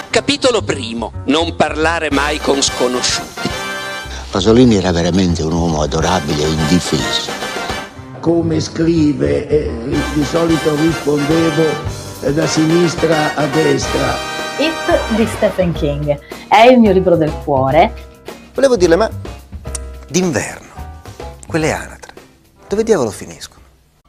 Capitolo primo. Non parlare mai con sconosciuti. Pasolini era veramente un uomo adorabile e indifeso. Come scrive, di solito rispondevo da sinistra a destra. It di Stephen King è il mio libro del cuore. Volevo dirle, ma d'inverno, quelle anatre, dove diavolo finiscono?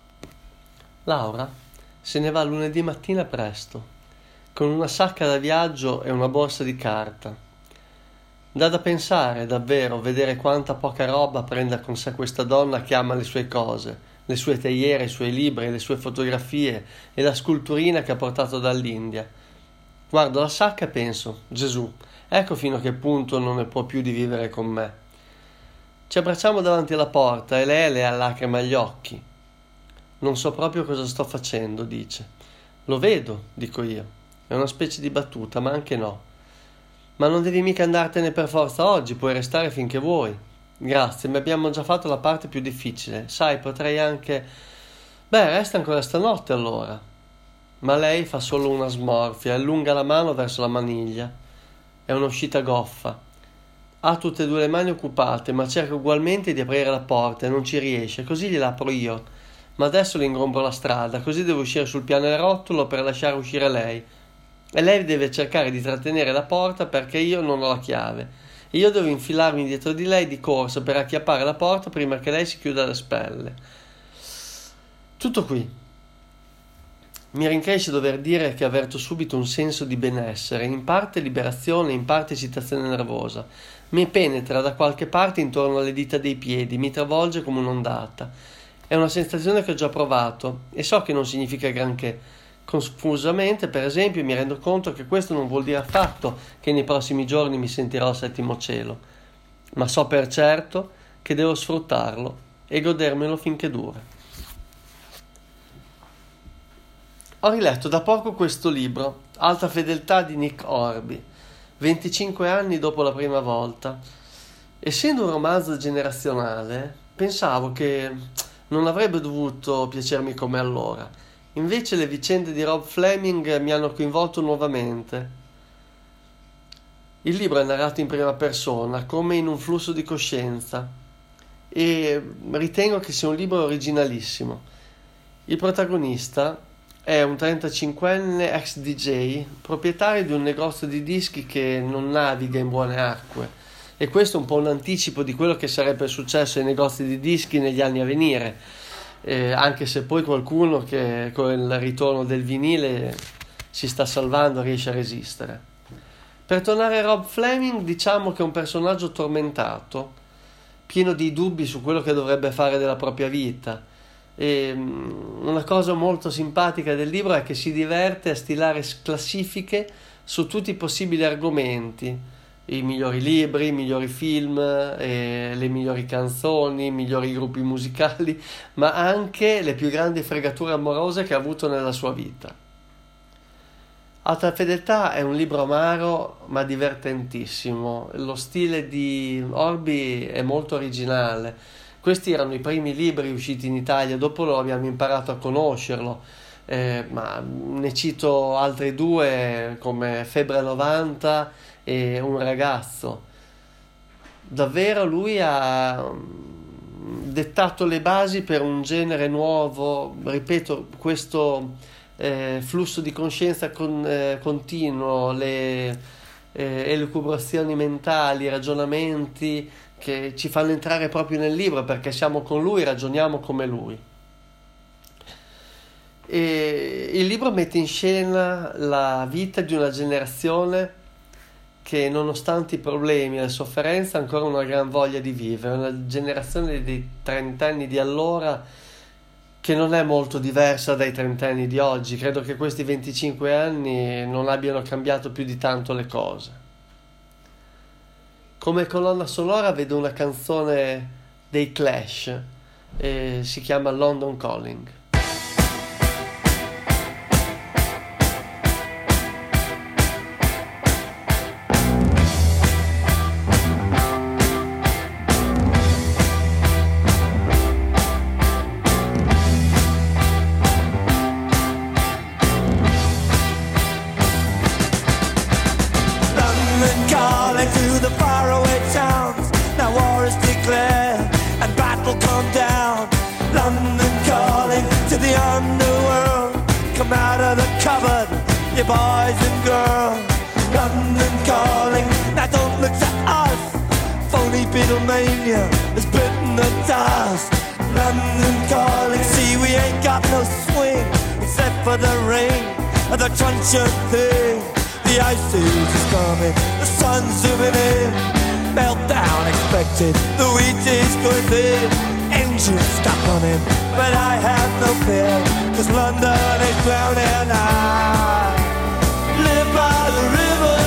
Laura se ne va lunedì mattina presto, con una sacca da viaggio e una borsa di carta. Dà da pensare, davvero, vedere quanta poca roba prenda con sé questa donna che ama le sue cose, le sue teiere, i suoi libri, le sue fotografie e la sculturina che ha portato dall'India. Guardo la sacca e penso, Gesù, ecco fino a che punto non ne può più di vivere con me. Ci abbracciamo davanti alla porta e lei ha lacrime agli occhi. Non so proprio cosa sto facendo, dice. Lo vedo, dico io. È una specie di battuta, ma anche no. Ma non devi mica andartene per forza oggi, puoi restare finché vuoi. Grazie, mi abbiamo già fatto la parte più difficile. Sai, potrei anche... resta ancora stanotte allora. Ma lei fa solo una smorfia e allunga la mano verso la maniglia. È un'uscita goffa. Ha tutte e due le mani occupate, ma cerca ugualmente di aprire la porta e non ci riesce, così gliel'apro io. Ma adesso le ingombro la strada, così devo uscire sul pianerottolo per lasciare uscire lei. E lei deve cercare di trattenere la porta perché io non ho la chiave. E io devo infilarmi dietro di lei di corsa per acchiappare la porta prima che lei si chiuda alle spelle. Tutto qui. Mi rincresce dover dire che avverto subito un senso di benessere, in parte liberazione, in parte eccitazione nervosa. Mi penetra da qualche parte intorno alle dita dei piedi, mi travolge come un'ondata. È una sensazione che ho già provato e so che non significa granché. Confusamente, per esempio, mi rendo conto che questo non vuol dire affatto che nei prossimi giorni mi sentirò al settimo cielo, ma so per certo che devo sfruttarlo e godermelo finché dura. Ho riletto da poco questo libro, Alta fedeltà di Nick Hornby, 25 anni dopo la prima volta. Essendo un romanzo generazionale, pensavo che non avrebbe dovuto piacermi come allora. Invece le vicende di Rob Fleming mi hanno coinvolto nuovamente. Il libro è narrato in prima persona, come in un flusso di coscienza, e ritengo che sia un libro originalissimo. Il protagonista è un 35enne ex DJ, proprietario di un negozio di dischi che non naviga in buone acque. E questo è un po' un anticipo di quello che sarebbe successo ai negozi di dischi negli anni a venire. Anche se poi qualcuno che con il ritorno del vinile si sta salvando riesce a resistere. Per tornare a Rob Fleming, diciamo che è un personaggio tormentato, pieno di dubbi su quello che dovrebbe fare della propria vita. E una cosa molto simpatica del libro è che si diverte a stilare classifiche su tutti i possibili argomenti. I migliori libri, i migliori film, le migliori canzoni, i migliori gruppi musicali, ma anche le più grandi fregature amorose che ha avuto nella sua vita. Alta fedeltà è un libro amaro ma divertentissimo. Lo stile di Hornby è molto originale. Questi erano i primi libri usciti in Italia, dopo lo abbiamo imparato a conoscerlo. Ma ne cito altri due come Febbre 90 e Un ragazzo. Davvero lui ha dettato le basi per un genere nuovo, ripeto, questo flusso di coscienza continuo, le elucubrazioni mentali, i ragionamenti che ci fanno entrare proprio nel libro perché siamo con lui, ragioniamo come lui. E il libro mette in scena la vita di una generazione che, nonostante i problemi e le sofferenze, ha ancora una gran voglia di vivere, una generazione dei trentenni di allora che non è molto diversa dai trentenni di oggi. Credo che questi 25 anni non abbiano cambiato più di tanto le cose. Come colonna sonora vedo una canzone dei Clash, si chiama London Calling. the faraway towns. Now war is declared and battle come down. London calling to the underworld. Come out of the cupboard, you boys and girls. London calling, now don't look to us. Phony Beatlemania has bitten the dust. London calling, see we ain't got no swing except for the rain and the truncheon thing. The ice age is coming, the sun's zooming in. Meltdown expected, the wheat is going thin. Engines stop running, but I have no fear, 'cause London is drowning. I live by the river,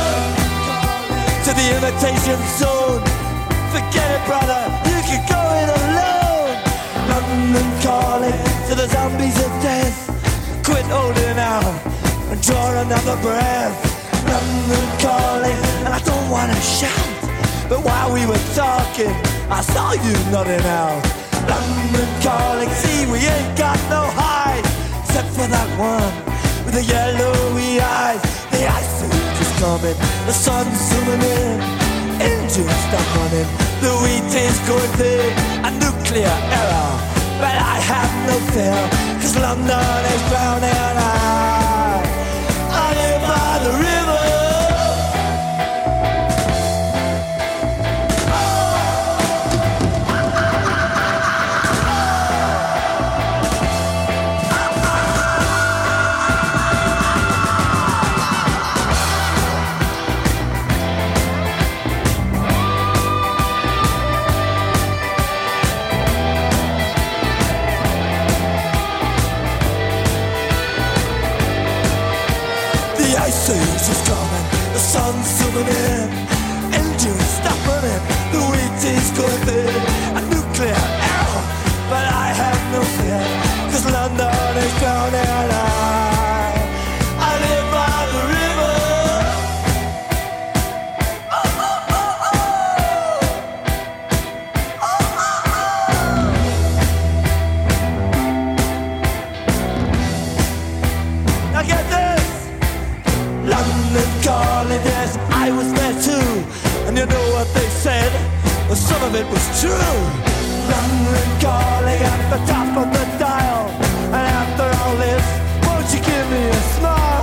to the imitation zone. Forget it, brother, you can go it alone. London calling to the zombies of death. Quit holding out and draw another breath. London calling, and I don't wanna shout, but while we were talking, I saw you nodding out. London calling, see we ain't got no hide, except for that one with the yellowy eyes. The ice age is coming, the sun's zooming in. Engines stop running, the wheat is going thin. A nuclear error, but I have no fear, 'cause London is drowning. I live by the river. The ice is coming, the sun's zooming in. Engines stop running, the wheat is going thin. A nuclear error, but I have no fear, 'cause London is drowning. I live by the river. Oh, oh, oh, oh. Oh, oh, oh. Now get this. London calling, yes, I was there too. And you know what they said? Well, some of it was true. London calling at the top of the dial. And after all this, won't you give me a smile?